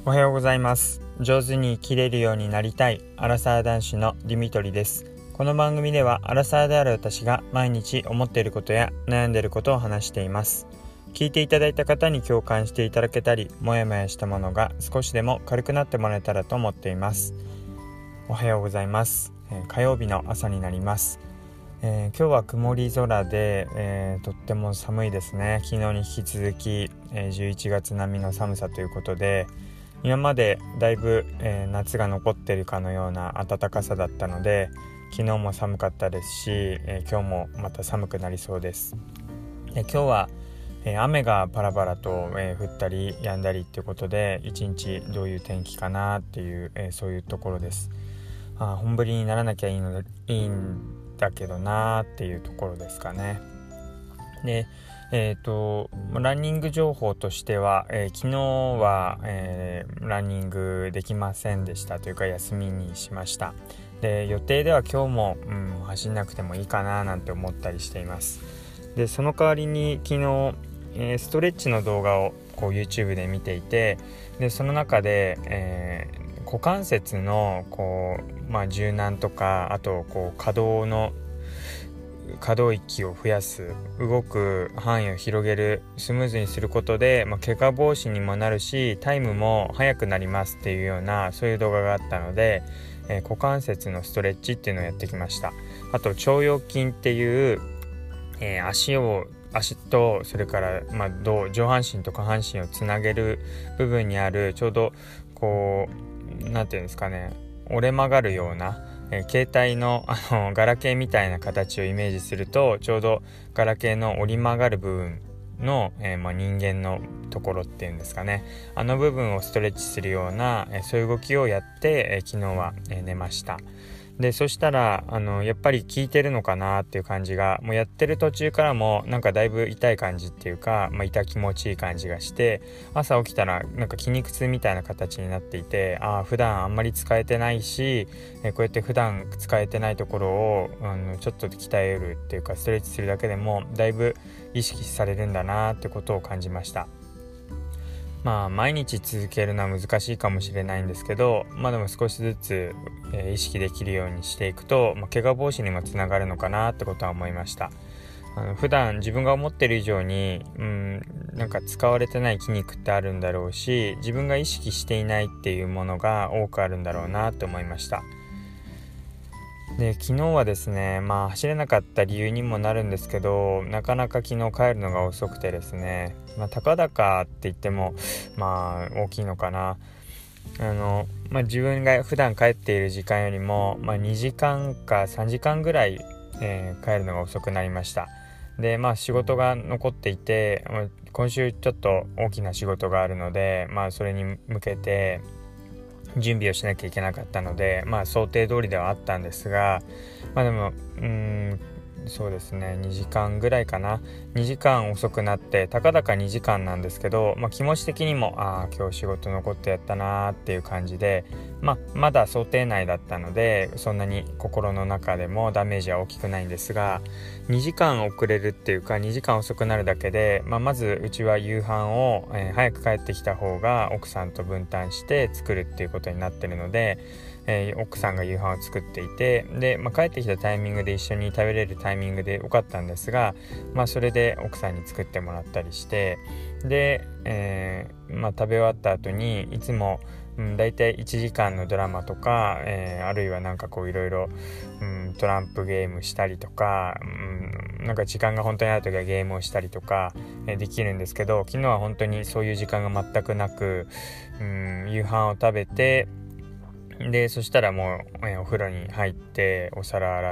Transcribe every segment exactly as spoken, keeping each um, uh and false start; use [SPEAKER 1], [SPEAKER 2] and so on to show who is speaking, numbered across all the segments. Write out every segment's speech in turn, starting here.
[SPEAKER 1] おはようございます。上手に生きれるようになりたいアラサー男子のディミトリです。この番組ではアラサーである私が毎日思っていることや悩んでいることを話しています。聞いていただいた方に共感していただけたり、もやもやしたものが少しでも軽くなってもらえたらと思っています。おはようございます。えー、火曜日の朝になります。えー、今日は曇り空で、えー、とっても寒いですね。昨日に引き続き、えー、じゅういちがつ並みの寒さということで、今までだいぶ、えー、夏が残っているかのような暖かさだったので、昨日も寒かったですし、えー、今日もまた寒くなりそうです。で今日は、えー、雨がパラパラと、えー、降ったり止んだりっていうことで、一日どういう天気かなっていう、えー、そういうところです。あ本降りにならなきゃいいのいいんだけどなっていうところですかね。でえーと、ランニング情報としては、えー、昨日は、えー、ランニングできませんでしたというか休みにしました。で予定では今日も、うん、走んなくてもいいかななんて思ったりしています。でその代わりに昨日、えー、ストレッチの動画をこう YouTube で見ていて、でその中で、えー、股関節のこう、まあ、柔軟とか、あとこう可動の可動域を増やす、動く範囲を広げる、スムーズにすることで、まあ、怪我防止にもなるしタイムも速くなりますっていうような、そういう動画があったので、えー、股関節のストレッチっていうのをやってきました。あと腸腰筋っていう、えー、足を足とそれから、まあ、ど上半身と下半身をつなげる部分にある、ちょうどこうなんていうんですかね、折れ曲がるような、えー、携帯 の, あのガラケーみたいな形をイメージすると、ちょうどガラケーの折り曲がる部分の、えーまあ、人間のところっていうんですかね、あの部分をストレッチするような、えー、そういう動きをやって、えー、昨日は、えー、寝ました。でそしたらあのやっぱり効いてるのかなっていう感じが、もうやってる途中からもなんかだいぶ痛い感じっていうか、まあ、痛気持ちいい感じがして、朝起きたらなんか筋肉痛みたいな形になっていて、ああ普段あんまり使えてないし、えこうやって普段使えてないところをあのちょっと鍛えるっていうか、ストレッチするだけでもだいぶ意識されるんだなってことを感じました。まあ毎日続けるのは難しいかもしれないんですけど、まあでも少しずつ、えー、意識できるようにしていくと、まあ、怪我防止にもつながるのかなってことは思いました。あの普段自分が思ってる以上に、うん、なんか使われてない筋肉ってあるんだろうし、自分が意識していないっていうものが多くあるんだろうなって思いました。で昨日はですね、まあ走れなかった理由にもなるんですけど、なかなか昨日帰るのが遅くてですね、まあ、たかだかって言ってもまあ大きいのかな、あの、まあ、自分が普段帰っている時間よりも、まあ、にじかんかさんじかんぐらい、えー、帰るのが遅くなりました。でまあ仕事が残っていて、今週ちょっと大きな仕事があるので、まあそれに向けて準備をしなきゃいけなかったので、まあ想定通りではあったんですが、まあでもうーんそうですね、にじかんぐらいかな、にじかん遅くなって、たかだかにじかんなんですけど、まあ、気持ち的にもああ今日仕事残ってやったなーっていう感じで、まあ、まだ想定内だったのでそんなに心の中でもダメージは大きくないんですが、にじかん遅れるっていうかにじかん遅くなるだけで、まあ、まずうちは夕飯を、えー、早く帰ってきた方が奥さんと分担して作るっていうことになってるので、えー、奥さんが夕飯を作っていて、で、まあ、帰ってきたタイミングで一緒に食べれるタイミングでよかったんですが、まあ、それで奥さんに作ってもらったりして、で、えーまあ、食べ終わった後にいつも、うん、だいたいいちじかんのドラマとか、えー、あるいはなんかこういろいろトランプゲームしたりとか、うん、なんか時間が本当にある時はゲームをしたりとか、えー、できるんですけど、昨日は本当にそういう時間が全くなく、うん、夕飯を食べて、でそしたらもう、えー、お風呂に入ってお皿洗って、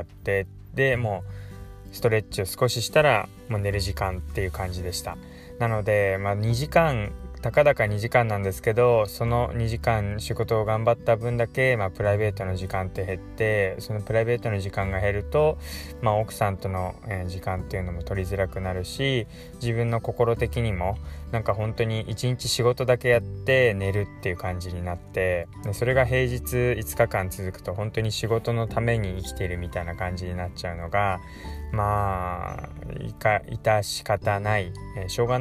[SPEAKER 1] でもうストレッチを少ししたらもう寝る時間っていう感じでした。なので、まあ、にじかんたかだかにじかんなんですけど、そのにじかん仕事を頑張った分だけ、まあ、プライベートの時間って減って、そのプライベートの時間が減ると、まあ、奥さんとの、えー、時間っていうのも取りづらくなるし、自分の心的にもなんか本当に一日仕事だけやって寝るっていう感じになって、でそれが平日いつかかん続くと本当に仕事のために生きているみたいな感じになっちゃうのが、まあいか致し方ない、えー、しょうがない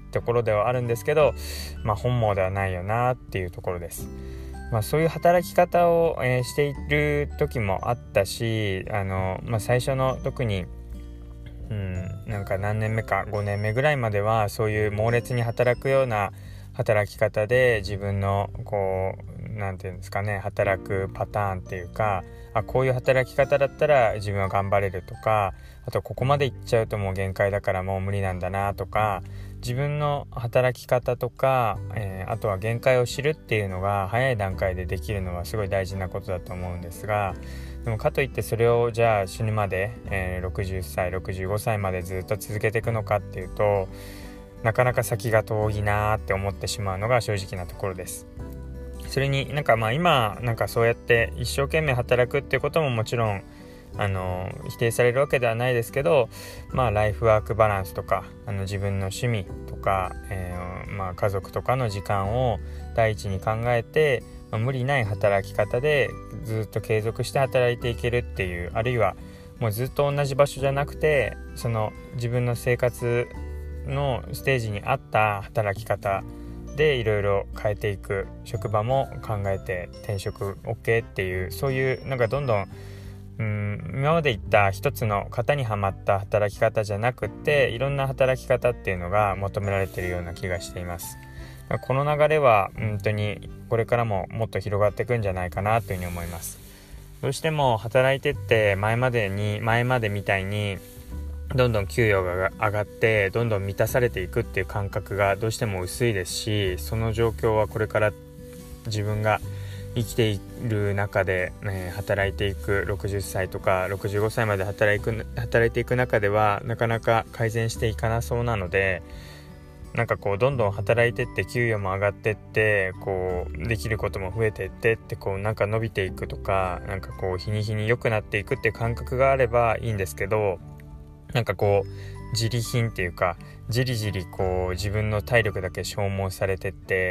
[SPEAKER 1] ところではあるんですけど、まあ、本望ではないよなっていうところです。まあ、そういう働き方を、えー、している時もあったし、あの、まあ、最初の特にうん、なんか何年目かごねんめぐらいまではそういう猛烈に働くような働き方で自分のこうなんていうんですかね、働くパターンっていうか、あこういう働き方だったら自分は頑張れるとか、あとここまでいっちゃうともう限界だからもう無理なんだなとか、自分の働き方とか、えー、あとは限界を知るっていうのが早い段階でできるのはすごい大事なことだと思うんですが、でもかといってそれをじゃあ死ぬまで、えー、ろくじゅっさいろくじゅうごさいまでずっと続けていくのかっていうと、なかなか先が遠いなって思ってしまうのが正直なところです。それになんかまあ今なんかそうやって一生懸命働くっていうことももちろんあの否定されるわけではないですけど、まあライフワークバランスとかあの自分の趣味とか、えーまあ、家族とかの時間を第一に考えて、まあ、無理ない働き方でずっと継続して働いていけるっていう、あるいはもうずっと同じ場所じゃなくてその自分の生活のステージに合った働き方でいろいろ変えていく、職場も考えて転職 OK っていう、そういうなんかどんどんうん今まで言った一つの型にはまった働き方じゃなくて、いろんな働き方っていうのが求められているような気がしています。この流れは本当にこれからももっと広がっていくんじゃないかなというふうに思います。どうしても働いてって前までに前までみたいにどんどん給与が上がってどんどん満たされていくっていう感覚がどうしても薄いですし、その状況はこれから自分が生きている中で、ね、働いていくろくじゅっさいとかろくじゅうごさいまで働いく働いていく中ではなかなか改善していかなそうなので、なんかこうどんどん働いてって給与も上がってってこうできることも増えてってってこうなんか伸びていくとか、なんかこう日に日に良くなっていくっていう感覚があればいいんですけど、なんかこう自利品っていうかじりじりこう自分の体力だけ消耗されてって、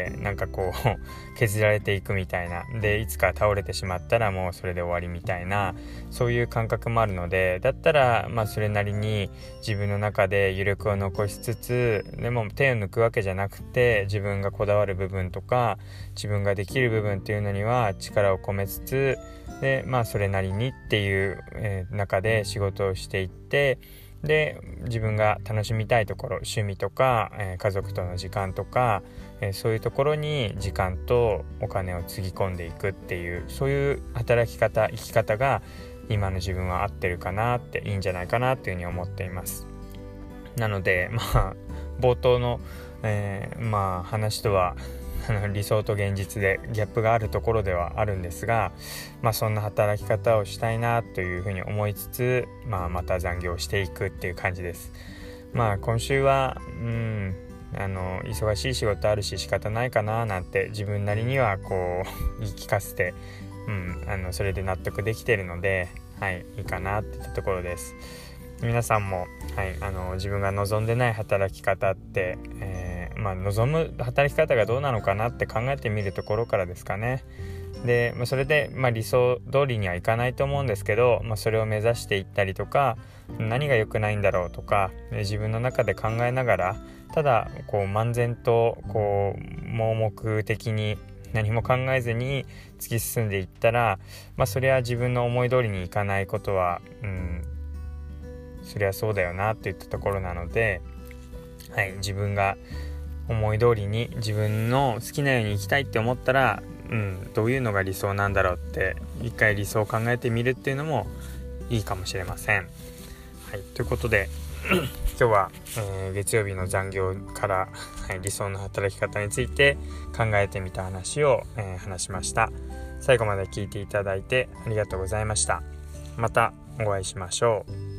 [SPEAKER 1] なんかこう削られていくみたいな、でいつか倒れてしまったらもうそれで終わりみたいな、そういう感覚もあるので、だったらまあそれなりに自分の中で余力を残しつつ、でも手を抜くわけじゃなくて自分がこだわる部分とか自分ができる部分っていうのには力を込めつつ、でまあそれなりにっていう、えー、中で仕事をしていって、で自分が楽しみたいところ、趣味とか、えー、家族との時間とか、えー、そういうところに時間とお金をつぎ込んでいくっていう、そういう働き方生き方が今の自分は合ってるかなって、いいんじゃないかなっていうふうに思っています。なのでまあ冒頭の、えー、まあ話とは理想と現実でギャップがあるところではあるんですが、まあ、そんな働き方をしたいなというふうに思いつつ、まあ、また残業していくっていう感じです。まあ今週はうんあの忙しい仕事あるし仕方ないかななんて自分なりにはこう言い聞かせて、うん、あのそれで納得できているので、はい、いいかなっていったところです。皆さんも、はい、あの自分が望んでない働き方って、えーまあ、望む働き方がどうなのかなって考えてみるところからですかね。で、まあ、それで、まあ、理想通りにはいかないと思うんですけど、まあ、それを目指していったりとか、何が良くないんだろうとか自分の中で考えながら、ただこう漫然とこう盲目的に何も考えずに突き進んでいったら、まあ、それは自分の思い通りにいかないことは、うん、そりゃそうだよなっていったところなので、はい、自分が思い通りに自分の好きなように生きたいって思ったら、うん、どういうのが理想なんだろうって一回理想を考えてみるっていうのもいいかもしれません。はい、ということで今日は、えー、月曜日の残業から、はい、理想の働き方について考えてみた話を、えー、話しました。最後まで聞いていただいてありがとうございました。またお会いしましょう。